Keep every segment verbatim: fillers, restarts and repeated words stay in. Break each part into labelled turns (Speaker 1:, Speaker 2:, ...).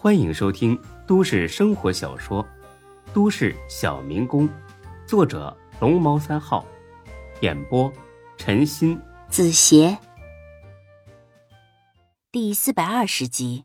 Speaker 1: 欢迎收听都市生活小说《都市小民工》，作者龙猫三号，演播陈鑫、
Speaker 2: 子邪，第四百二十集。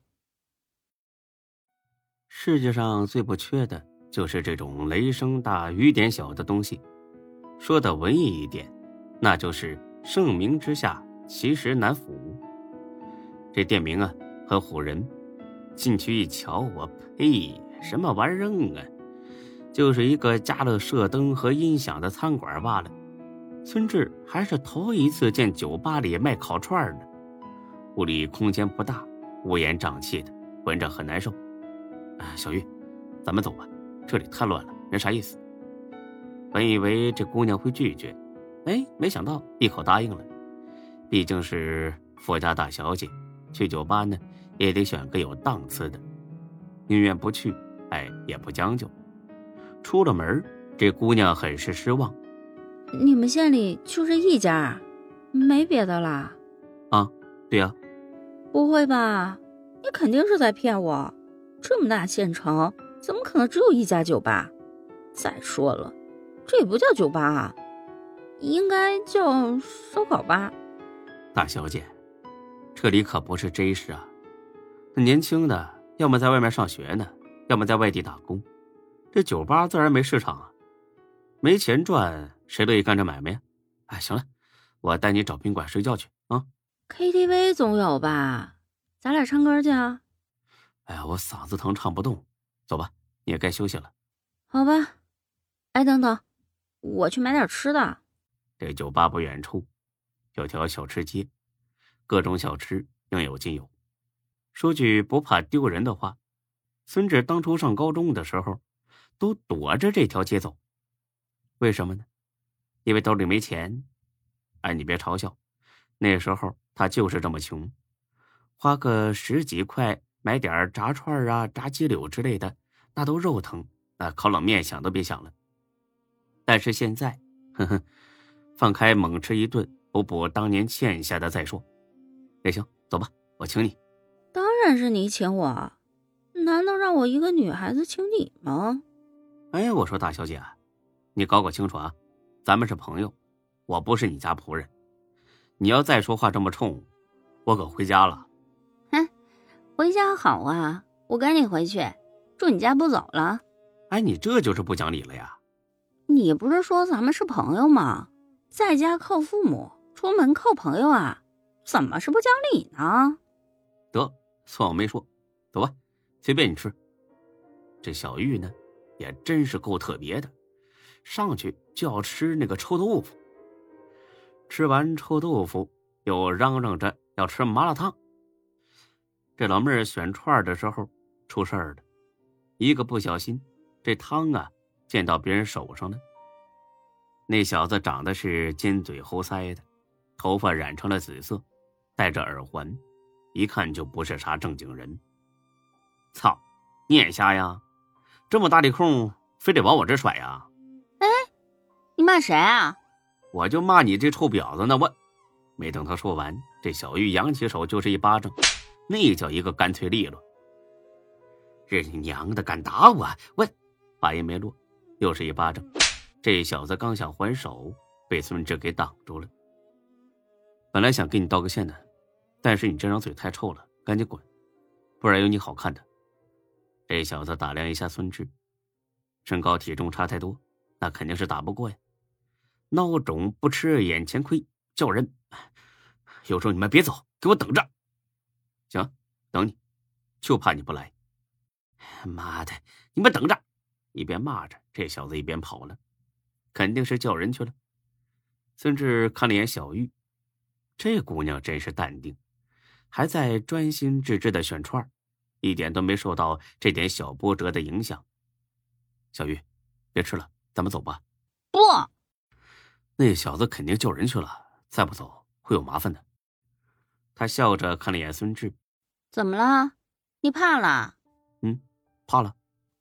Speaker 1: 世界上最不缺的就是这种雷声大雨点小的东西，说的文艺一点，那就是盛名之下其实难副。这店名啊很唬人，进去一瞧，我呸，什么玩意儿啊，就是一个加了射灯和音响的餐馆罢了。孙志还是头一次见酒吧里卖烤串的。屋里空间不大，乌烟瘴气的，闻着很难受。哎，小玉，咱们走吧，这里太乱了，没啥意思。本以为这姑娘会拒绝，哎，没想到一口答应了。毕竟是富家大小姐，去酒吧呢也得选个有档次的，宁愿不去，哎，也不将就。出了门，这姑娘很是失望。
Speaker 3: 你们县里就这一家，没别的啦？
Speaker 1: 啊，对呀、啊。
Speaker 3: 不会吧，你肯定是在骗我，这么大县城怎么可能只有一家酒吧？再说了，这也不叫酒吧啊，应该叫烧烤吧。
Speaker 1: 大小姐，这里可不是 J 市啊，年轻的要么在外面上学呢，要么在外地打工，这酒吧自然没市场啊，没钱赚谁乐意干这买卖呀？哎，行了，我带你找宾馆睡觉去啊。
Speaker 3: K T V 总有吧，咱俩唱歌去啊。
Speaker 1: 哎呀，我嗓子疼唱不动，走吧，你也该休息了。
Speaker 3: 好吧。哎，等等，我去买点吃的。
Speaker 1: 这酒吧不远处有条小吃街，各种小吃应有尽有。说句不怕丢人的话，孙志当初上高中的时候都躲着这条街走。为什么呢？因为兜里没钱。哎，你别嘲笑，那时候他就是这么穷，花个十几块买点炸串啊、炸鸡柳之类的，那都肉疼，那烤冷面想都别想了。但是现在，呵呵，放开猛吃一顿，补补当年欠下的再说。也行，走吧，我请你。
Speaker 3: 当然是你请我，难道让我一个女孩子请你吗？
Speaker 1: 哎，我说大小姐，你搞搞清楚啊，咱们是朋友，我不是你家仆人。你要再说话这么冲，我可回家了。
Speaker 3: 哼，回家好啊，我赶紧回去，住你家不走了。
Speaker 1: 哎，你这就是不讲理了呀。
Speaker 3: 你不是说咱们是朋友吗？在家靠父母，出门靠朋友啊，怎么是不讲理呢？
Speaker 1: 得，算我没说，走吧，随便你吃。这小玉呢也真是够特别的，上去就要吃那个臭豆腐。吃完臭豆腐又嚷嚷着要吃麻辣烫。这老妹儿选串的时候出事儿了，一个不小心这汤啊溅到别人手上了。那小子长得是尖嘴猴腮的，头发染成了紫色，戴着耳环，一看就不是啥正经人。操，你眼瞎呀？这么大的空非得往我这甩呀？
Speaker 3: 哎，你骂谁啊？
Speaker 1: 我就骂你这臭婊子呢！我没等他说完，这小玉扬起手就是一巴掌，那叫一个干脆利落。这你娘的，敢打我！我话音没落，又是一巴掌。这小子刚想还手，被孙志给挡住了。本来想给你道个歉的，但是你这张嘴太臭了，赶紧滚，不然有你好看的。这小子打量一下孙志，身高体重差太多，那肯定是打不过呀。孬种不吃眼前亏，叫人有时候你们别走，给我等着。行，等你，就怕你不来。妈的，你们等着！一边骂着，这小子一边跑了，肯定是叫人去了。孙志看了眼小玉，这姑娘真是淡定，还在专心致志的选串，一点都没受到这点小波折的影响。小玉，别吃了，咱们走吧。
Speaker 3: 不，
Speaker 1: 那小子肯定叫人去了，再不走会有麻烦的。他笑着看了眼孙志，
Speaker 3: 怎么了？你怕了？
Speaker 1: 嗯，怕了。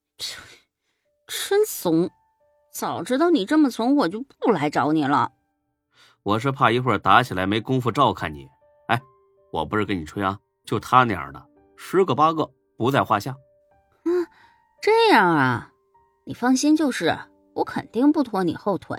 Speaker 3: 真怂，早知道你这么怂，我就不来找你了。
Speaker 1: 我是怕一会儿打起来没工夫照看你。哎，我不是跟你吹啊，就他那样的十个八个不在话下。
Speaker 3: 这样啊，你放心就是，我肯定不拖你后腿。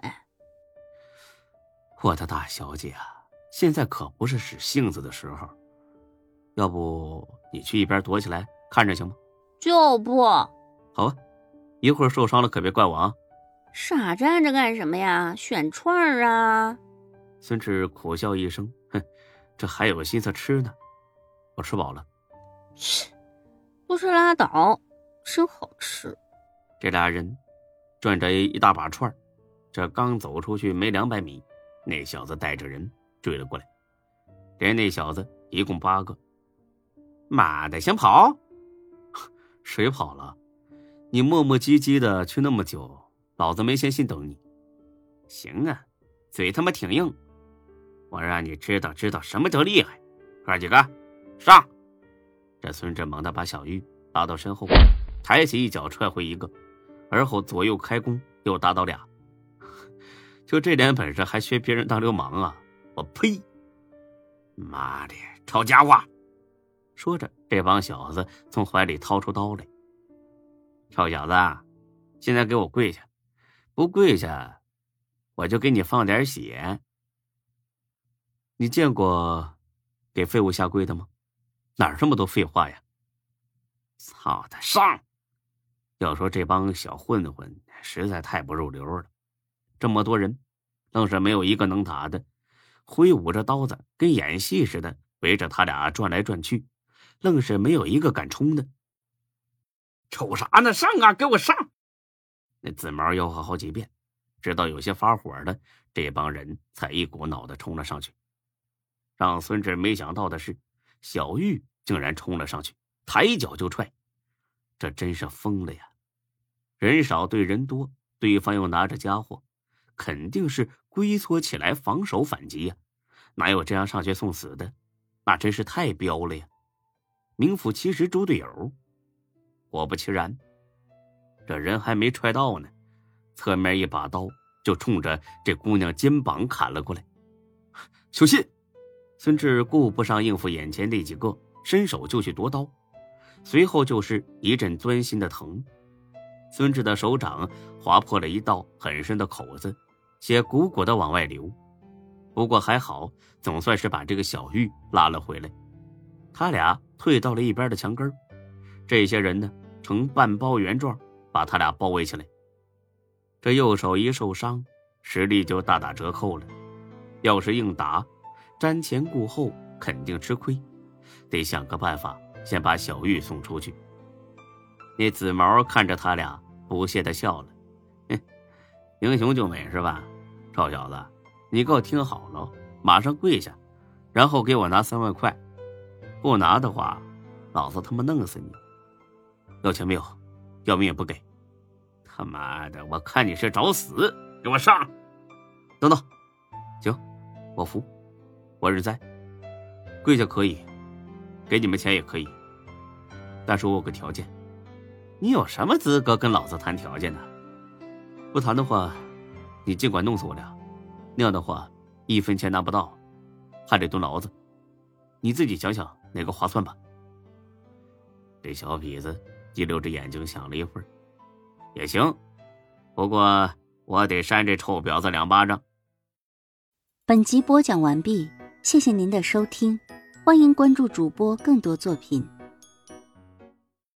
Speaker 1: 我的大小姐啊，现在可不是使性子的时候，要不你去一边躲起来看着行吗？
Speaker 3: 就不。
Speaker 1: 好啊，一会儿受伤了可别怪我啊。
Speaker 3: 傻站着干什么呀？选串儿啊！
Speaker 1: 孙志苦笑一声，哼，这还有心思吃呢，我吃饱了。
Speaker 3: 切，不吃拉倒，真好吃。
Speaker 1: 这俩人转着一大把串，这刚走出去没两百米，那小子带着人追了过来，连那小子一共八个。妈的，想跑？谁跑了？你磨磨唧唧的去那么久，老子没闲心等你。行啊，嘴他妈挺硬，我让你知道知道什么叫厉害。哥几个上！这孙志猛地把小玉拉到身后，抬起一脚踹回一个，而后左右开弓，又打倒俩。就这点本事还学别人当流氓啊？我呸！妈的，抄家伙！说着，这帮小子从怀里掏出刀来。臭小子，现在给我跪下！不跪下，我就给你放点血。你见过给废物下跪的吗？哪儿这么多废话呀？操他上！要说这帮小混混实在太不入流了，这么多人，愣是没有一个能打的，挥舞着刀子跟演戏似的围着他俩转来转去，愣是没有一个敢冲的。瞅啥呢？上啊，给我上！那紫毛吆喝好几遍，直到有些发火的这帮人才一股脑的冲了上去。让孙志没想到的是，小玉竟然冲了上去，抬脚就踹。这真是疯了呀！人少对人多，对方又拿着家伙，肯定是龟缩起来防守反击呀，哪有这样上去送死的？那真是太彪了呀！名副其实猪队友。果不其然，这人还没踹到呢，侧面一把刀就冲着这姑娘肩膀砍了过来。小心！孙志顾不上应付眼前那几个，伸手就去夺刀，随后就是一阵钻心的疼。孙志的手掌划破了一道很深的口子，血鼓鼓的往外流。不过还好，总算是把这个小玉拉了回来。他俩退到了一边的墙根，这些人呢呈半包圆状把他俩包围起来。这右手一受伤，实力就大打折扣了。要是硬打，瞻前顾后肯定吃亏，得想个办法先把小玉送出去。那紫毛看着他俩不屑地笑了，哼，英雄救美是吧？臭小子，你给我听好了，马上跪下，然后给我拿三万块，不拿的话老子他妈弄死你！要钱没有？要命也不给！他妈的，我看你是找死！给我上！等等，行，我服，我认栽。跪下可以，给你们钱也可以，但是我有个条件。你有什么资格跟老子谈条件呢？不谈的话，你尽管弄死我俩，那样的话一分钱拿不到，还得蹲牢子。你自己想想哪个划算吧。这小痞子激溜着眼睛想了一会儿，也行，不过我得扇这臭婊子两巴掌。
Speaker 2: 本集播讲完毕，谢谢您的收听，欢迎关注主播更多作品。